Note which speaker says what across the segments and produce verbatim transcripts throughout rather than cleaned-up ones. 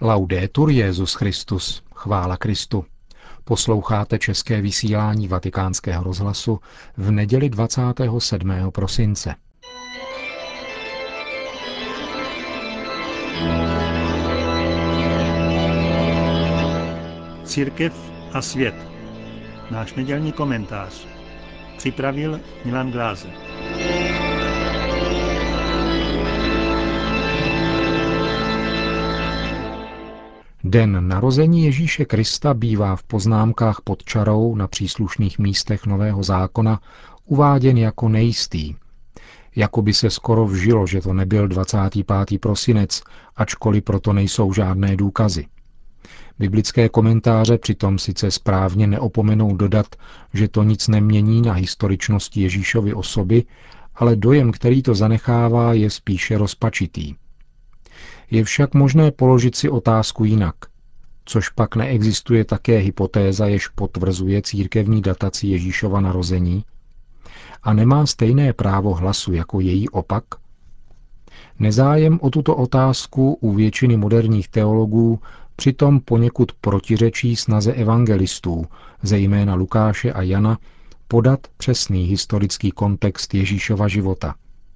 Speaker 1: Laudetur Jesus Christus, chvála Kristu. Posloucháte české vysílání Vatikánského rozhlasu v neděli dvacátého sedmého prosince.
Speaker 2: Církev a svět. Náš nedělní komentář. Připravil Milan Glázer.
Speaker 1: Den narození Ježíše Krista bývá v poznámkách pod čarou na příslušných místech Nového zákona uváděn jako nejistý. Jako by se skoro vžilo, že to nebyl dvacátého pátého prosinec, ačkoliv proto nejsou žádné důkazy. Biblické komentáře přitom sice správně neopomenou dodat, že to nic nemění na historičnosti Ježíšovy osoby, ale dojem, který to zanechává, je spíše rozpačitý. Je však možné položit si otázku jinak, což pak neexistuje také hypotéza, jež potvrzuje církevní dataci Ježíšova narození a nemá stejné právo hlasu jako její opak? Nezájem o tuto otázku u většiny moderních teologů přitom poněkud protiřečí snaze evangelistů, zejména Lukáše a Jana, podat přesný historický kontext Ježíšova života.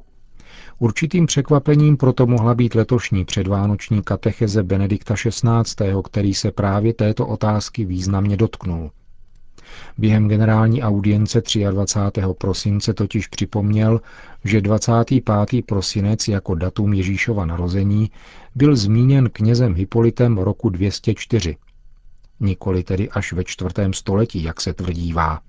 Speaker 1: Určitým překvapením proto mohla být letošní předvánoční katecheze Benedikta šestnáctého, který se právě této otázky významně dotknul. Během generální audience dvacátého třetího prosince totiž připomněl, že dvacátý pátý prosinec jako datum Ježíšova narození byl zmíněn knězem Hypolitem roku dvě stě čtyři. Nikoli tedy až ve čtvrtém století, jak se tvrdívá.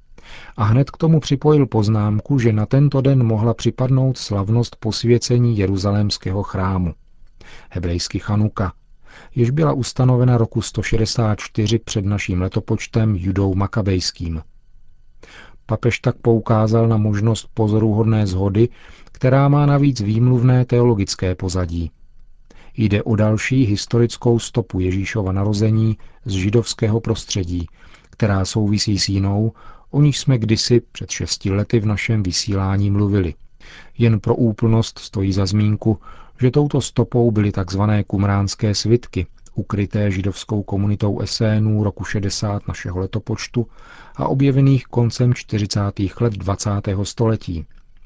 Speaker 1: A hned k tomu připojil poznámku, že na tento den mohla připadnout slavnost posvěcení jeruzalémského chrámu, hebrejsky Chanuka, jež byla ustanovena roku sto šedesát čtyři před naším letopočtem Judou Makabejským. Papež tak poukázal na možnost pozoruhodné shody, která má navíc výmluvné teologické pozadí. Jde o další historickou stopu Ježíšova narození z židovského prostředí, která souvisí s jinou, o níž jsme kdysi před šesti lety v našem vysílání mluvili. Jen pro úplnost stojí za zmínku, že touto stopou byly tzv. Kumránské svitky, ukryté židovskou komunitou Esénů roku šedesát našeho letopočtu a objevených koncem čtyřicátých let dvacátého století.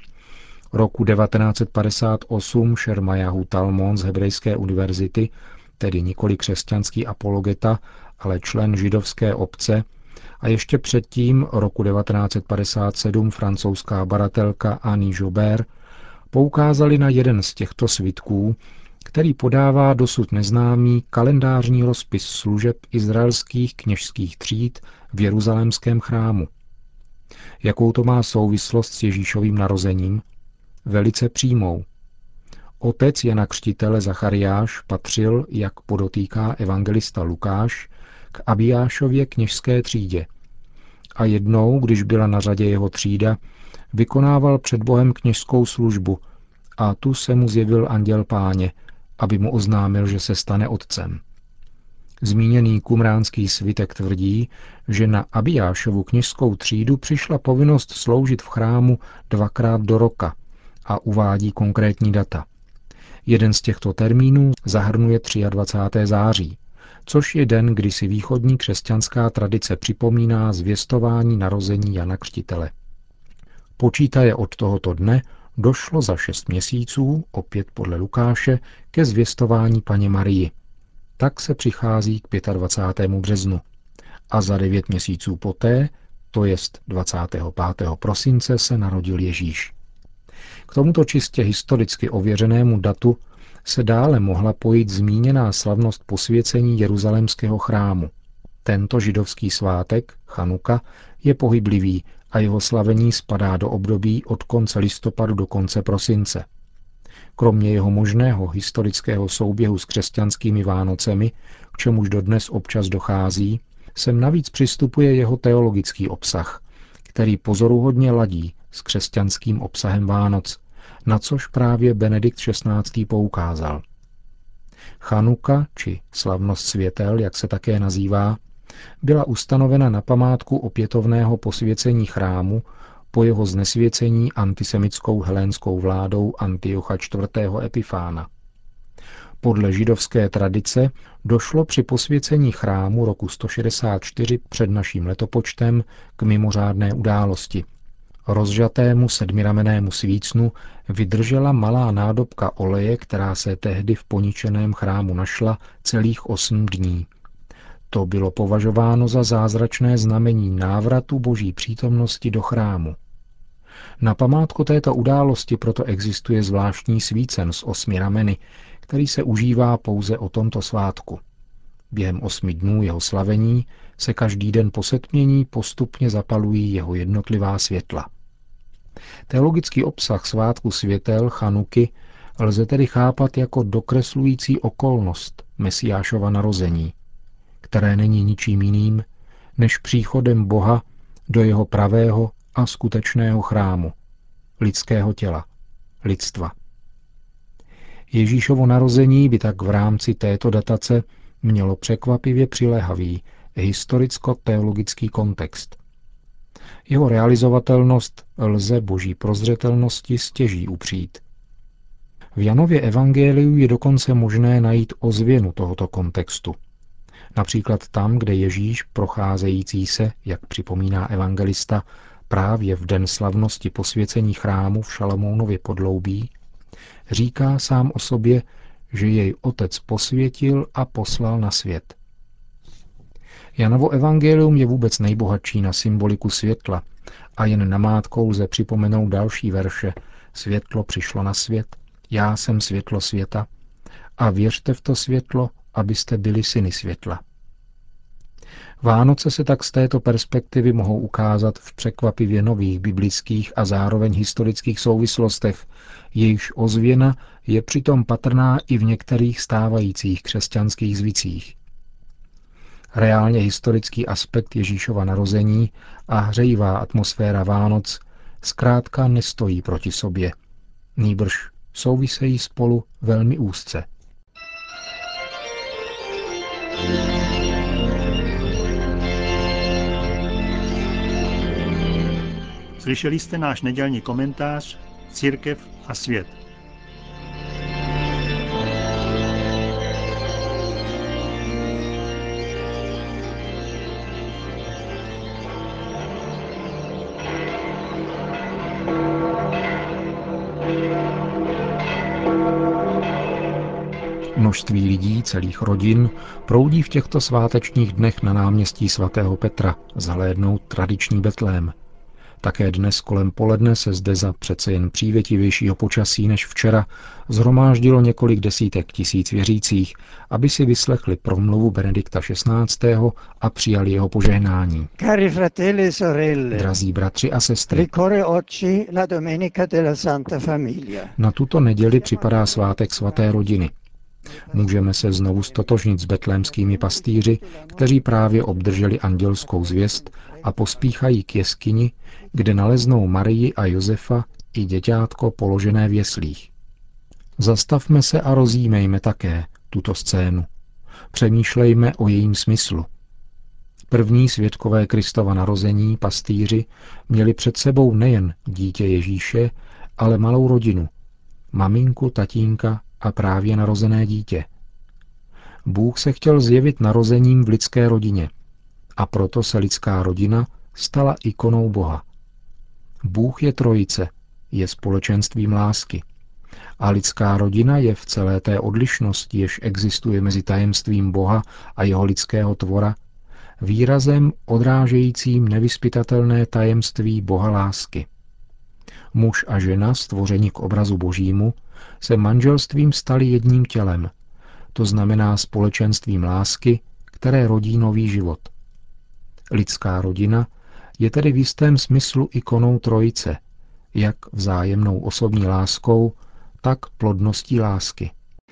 Speaker 1: Roku devatenáct set padesát osm Šermajahu Talmon z Hebrejské univerzity, tedy nikoli křesťanský apologeta, ale člen židovské obce, a ještě předtím roku devatenáct set padesát sedm francouzská badatelka Annie Joubert poukázali na jeden z těchto svitků, který podává dosud neznámý kalendářní rozpis služeb izraelských kněžských tříd v jeruzalémském chrámu. Jakou to má souvislost s Ježíšovým narozením? Velice přímou. Otec Jana Křtitele Zachariáš patřil, jak podotýká evangelista Lukáš, k Abijášově kněžské třídě. A jednou, když byla na řadě jeho třída, vykonával před Bohem kněžskou službu a tu se mu zjevil anděl Páně, aby mu oznámil, že se stane otcem. Zmíněný kumránský svitek tvrdí, že na Abijášovu kněžskou třídu přišla povinnost sloužit v chrámu dvakrát do roka a uvádí konkrétní data. Jeden z těchto termínů zahrnuje dvacátého třetího září, což je den, kdy si východní křesťanská tradice připomíná zvěstování narození Jana Křtitele. Počítaje od tohoto dne došlo za šest měsíců, opět podle Lukáše, ke zvěstování Panně Marii. Tak se přichází k dvacátého pátého březnu. A za devět měsíců poté, to jest dvacátého pátého prosince, se narodil Ježíš. K tomuto čistě historicky ověřenému datu se dále mohla pojít zmíněná slavnost posvěcení jeruzalémského chrámu. Tento židovský svátek, Chanuka, je pohyblivý a jeho slavení spadá do období od konce listopadu do konce prosince. Kromě jeho možného historického souběhu s křesťanskými Vánocemi, k čemuž dodnes občas dochází, sem navíc přistupuje jeho teologický obsah, který pozoruhodně ladí s křesťanským obsahem Vánoc, na což právě Benedikt šestnáctý poukázal. Chanuka, či slavnost světel, jak se také nazývá, byla ustanovena na památku opětovného posvěcení chrámu po jeho znesvěcení antisemitskou helénskou vládou Antiocha čtvrtého. Epifána. Podle židovské tradice došlo při posvěcení chrámu roku sto šedesát čtyři před naším letopočtem k mimořádné události. Rozžatému sedmiramennému svícnu vydržela malá nádobka oleje, která se tehdy v poničeném chrámu našla celých osm dní. To bylo považováno za zázračné znamení návratu Boží přítomnosti do chrámu. Na památku této události proto existuje zvláštní svícen s osmi rameny, který se užívá pouze o tomto svátku. Během osmi dnů jeho slavení se každý den po setmění postupně zapalují jeho jednotlivá světla. Teologický obsah svátku světel Chanuky lze tedy chápat jako dokreslující okolnost Mesiášova narození, které není ničím jiným než příchodem Boha do jeho pravého a skutečného chrámu, lidského těla, lidstva. Ježíšovo narození by tak v rámci této datace mělo překvapivě přiléhavý historicko-teologický kontext. Jeho realizovatelnost lze Boží prozřetelnosti stěží upřít. V Janově evangeliu je dokonce možné najít ozvěnu tohoto kontextu. Například tam, kde Ježíš, procházející se, jak připomíná evangelista, právě v den slavnosti posvěcení chrámu v Šalamounově podloubí, říká sám o sobě, že jej Otec posvětil a poslal na svět. Janovo evangelium je vůbec nejbohatší na symboliku světla a jen namátkou lze připomenout další verše. Světlo přišlo na svět, já jsem světlo světa a věřte v to světlo, abyste byli syny světla. Vánoce se tak z této perspektivy mohou ukázat v překvapivě nových biblických a zároveň historických souvislostech, jejichž ozvěna je přitom patrná i v některých stávajících křesťanských zvicích. Reálně historický aspekt Ježíšova narození a hřejivá atmosféra Vánoc zkrátka nestojí proti sobě. Nýbrž souvisejí spolu velmi úzce.
Speaker 2: Slyšeli jste náš nedělní komentář Církev a svět.
Speaker 1: Množství lidí, celých rodin, proudí v těchto svátečních dnech na náměstí svatého Petra zhlédnout tradiční betlém. Také dnes kolem poledne se zde za přece jen přívětivějšího počasí než včera shromáždilo několik desítek tisíc věřících, aby si vyslechli promluvu Benedikta šestnáctého a přijali jeho požehnání.
Speaker 3: Cari fratelli e sorelle,
Speaker 1: Drazí bratři a sestry,
Speaker 3: ricorre oggi la Domenica della Santa Famiglia.
Speaker 1: Na tuto neděli připadá svátek svaté rodiny. Můžeme se znovu stotožnit s betlémskými pastýři, kteří právě obdrželi andělskou zvěst a pospíchají k jeskyni, kde naleznou Marii a Josefa i děťátko položené v jeslích. Zastavme se a rozjímejme také tuto scénu. Přemýšlejme o jejím smyslu. První svědkové Kristova narození, pastýři, měli před sebou nejen dítě Ježíše, ale malou rodinu, maminku, tatínka a právě narozené dítě. Bůh se chtěl zjevit narozením v lidské rodině a proto se lidská rodina stala ikonou Boha. Bůh je trojice, je společenstvím lásky. A lidská rodina je v celé té odlišnosti, jež existuje mezi tajemstvím Boha a jeho lidského tvora, výrazem odrážejícím nevyzpytatelné tajemství Boha lásky. Muž a žena, stvoření k obrazu Božímu, se manželstvím stali jedním tělem, to znamená společenstvím lásky, které rodí nový život. Lidská rodina je tedy v jistém smyslu ikonou trojice, jak vzájemnou osobní láskou, tak plodností lásky.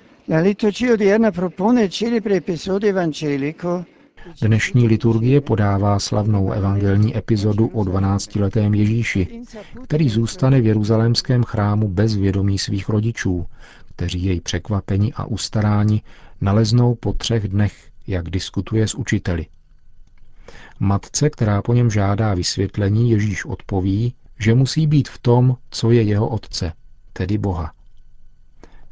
Speaker 1: Dnešní liturgie podává slavnou evangelní epizodu o dvanáctiletém Ježíši, který zůstane v jeruzalémském chrámu bez vědomí svých rodičů, kteří jej překvapeni a ustaráni naleznou po třech dnech, jak diskutuje s učiteli. Matce, která po něm žádá vysvětlení, Ježíš odpoví, že musí být v tom, co je jeho otce, tedy Boha. V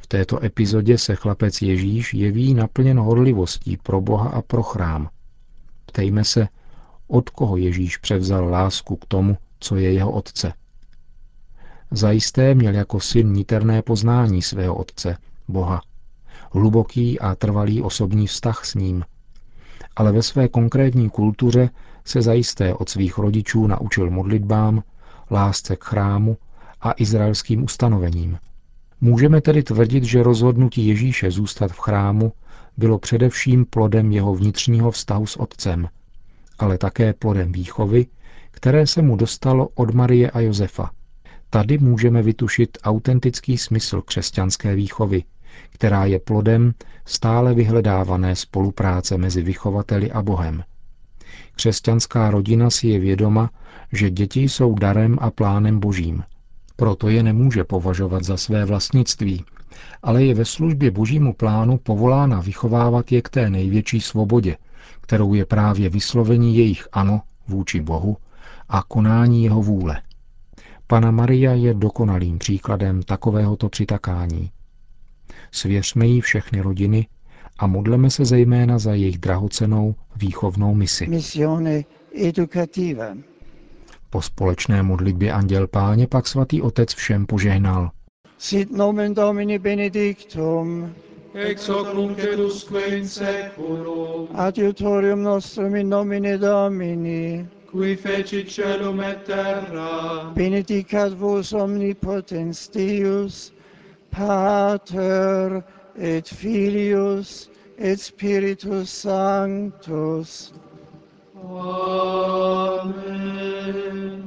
Speaker 1: této epizodě se chlapec Ježíš jeví naplněn horlivostí pro Boha a pro chrám. Ptejme se, od koho Ježíš převzal lásku k tomu, co je jeho otce. Zajisté měl jako syn niterné poznání svého otce, Boha, hluboký a trvalý osobní vztah s ním, ale ve své konkrétní kultuře se zajisté od svých rodičů naučil modlitbám, lásce k chrámu a izraelským ustanovením. Můžeme tedy tvrdit, že rozhodnutí Ježíše zůstat v chrámu bylo především plodem jeho vnitřního vztahu s otcem, ale také plodem výchovy, které se mu dostalo od Marie a Josefa. Tady můžeme vytušit autentický smysl křesťanské výchovy, která je plodem stále vyhledávané spolupráce mezi vychovateli a Bohem. Křesťanská rodina si je vědoma, že děti jsou darem a plánem Božím. Proto je nemůže považovat za své vlastnictví, ale je ve službě Božímu plánu povolána vychovávat je k té největší svobodě, kterou je právě vyslovení jejich ano vůči Bohu a konání jeho vůle. Panna Maria je dokonalým příkladem takovéhoto přitakání. Svěřme jí všechny rodiny a modleme se zejména za jejich drahocennou výchovnou misi.
Speaker 3: Missione educativa.
Speaker 1: Po společné modlitbě Anděl Páně pak svatý otec všem požehnal.
Speaker 3: Sit nomen Domini benedictum,
Speaker 4: ex hoc nunc et usque in seculum,
Speaker 3: adiutorium nostrum in nomine Domini,
Speaker 4: qui fecit caelum et terra,
Speaker 3: benedicat vos omnipotens Deus, Pater et Filius et Spiritus Sanctus.
Speaker 4: Amen.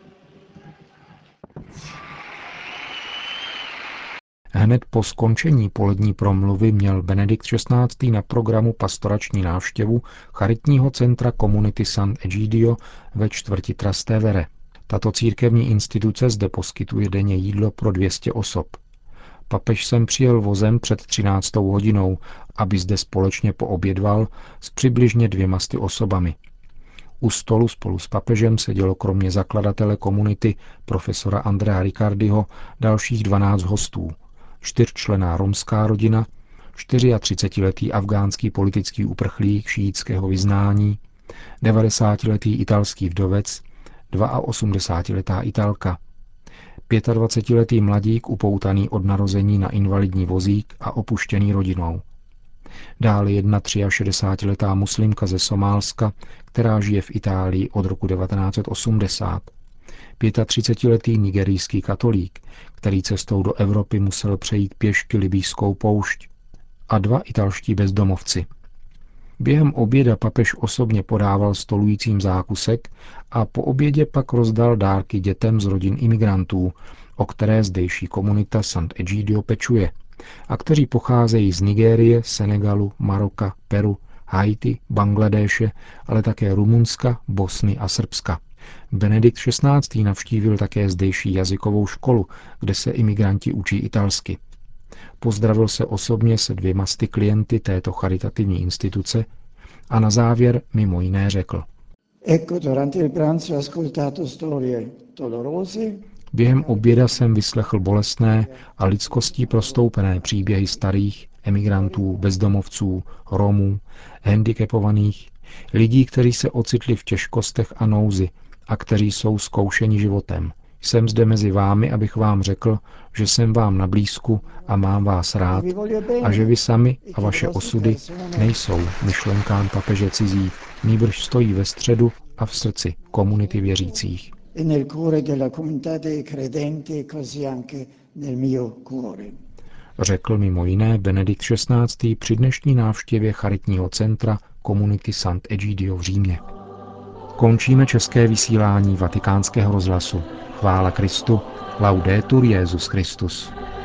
Speaker 1: Hned po skončení polední promluvy měl Benedikt šestnáctý. na programu pastorační návštěvu charitního centra Comunity Sant'Egidio ve čtvrti Trastevere. Tato církevní instituce zde poskytuje denně jídlo pro dvě stě osob. Papež sem přijel vozem před třináctou hodinou, aby zde společně poobědval s přibližně dvěma sty osobami. U stolu spolu s papežem sedělo kromě zakladatele komunity profesora Andrea Riccardiho dalších dvanáct hostů. Čtyřčlenná romská rodina, třiatřicetiletý afgánský politický uprchlík šíitského vyznání, devadesátiletý italský vdovec, osmdesátiletá Italka, dvacetiletý mladík upoutaný od narození na invalidní vozík a opuštěný rodinou. Dále jedna šedesátiletá muslimka ze Somálska, která žije v Itálii od roku devatenáct set osmdesát. třicetiletý nigerijský katolík, který cestou do Evropy musel přejít pěšky libýskou poušť. A dva italští bezdomovci. Během oběda papež osobně podával stolujícím zákusek a po obědě pak rozdal dárky dětem z rodin imigrantů, o které zdejší komunita Sant'Egidio pečuje, a kteří pocházejí z Nigérie, Senegalu, Maroka, Peru, Haiti, Bangladéše, ale také Rumunska, Bosny a Srbska. Benedikt šestnáctý. navštívil také zdejší jazykovou školu, kde se imigranti učí italsky. Pozdravil se osobně se dvěma sty klienty této charitativní instituce a na závěr mimo jiné řekl. Během oběda jsem vyslechl bolestné a lidskostí prostoupené příběhy starých, emigrantů, bezdomovců, Romů, handicapovaných, lidí, kteří se ocitli v těžkostech a nouzi a kteří jsou zkoušeni životem. Jsem zde mezi vámi, abych vám řekl, že jsem vám na blízku a mám vás rád a že vy sami a vaše osudy nejsou myšlenkám papeže cizí, nýbrž stojí ve středu a v srdci komunity věřících. Řekl mimo jiné Benedikt šestnáctý. při dnešní návštěvě charitního centra Comunity Sant'Egidio v Římě. Končíme české vysílání Vatikánského rozhlasu. Chvála Kristu, laudetur Jesus Christus.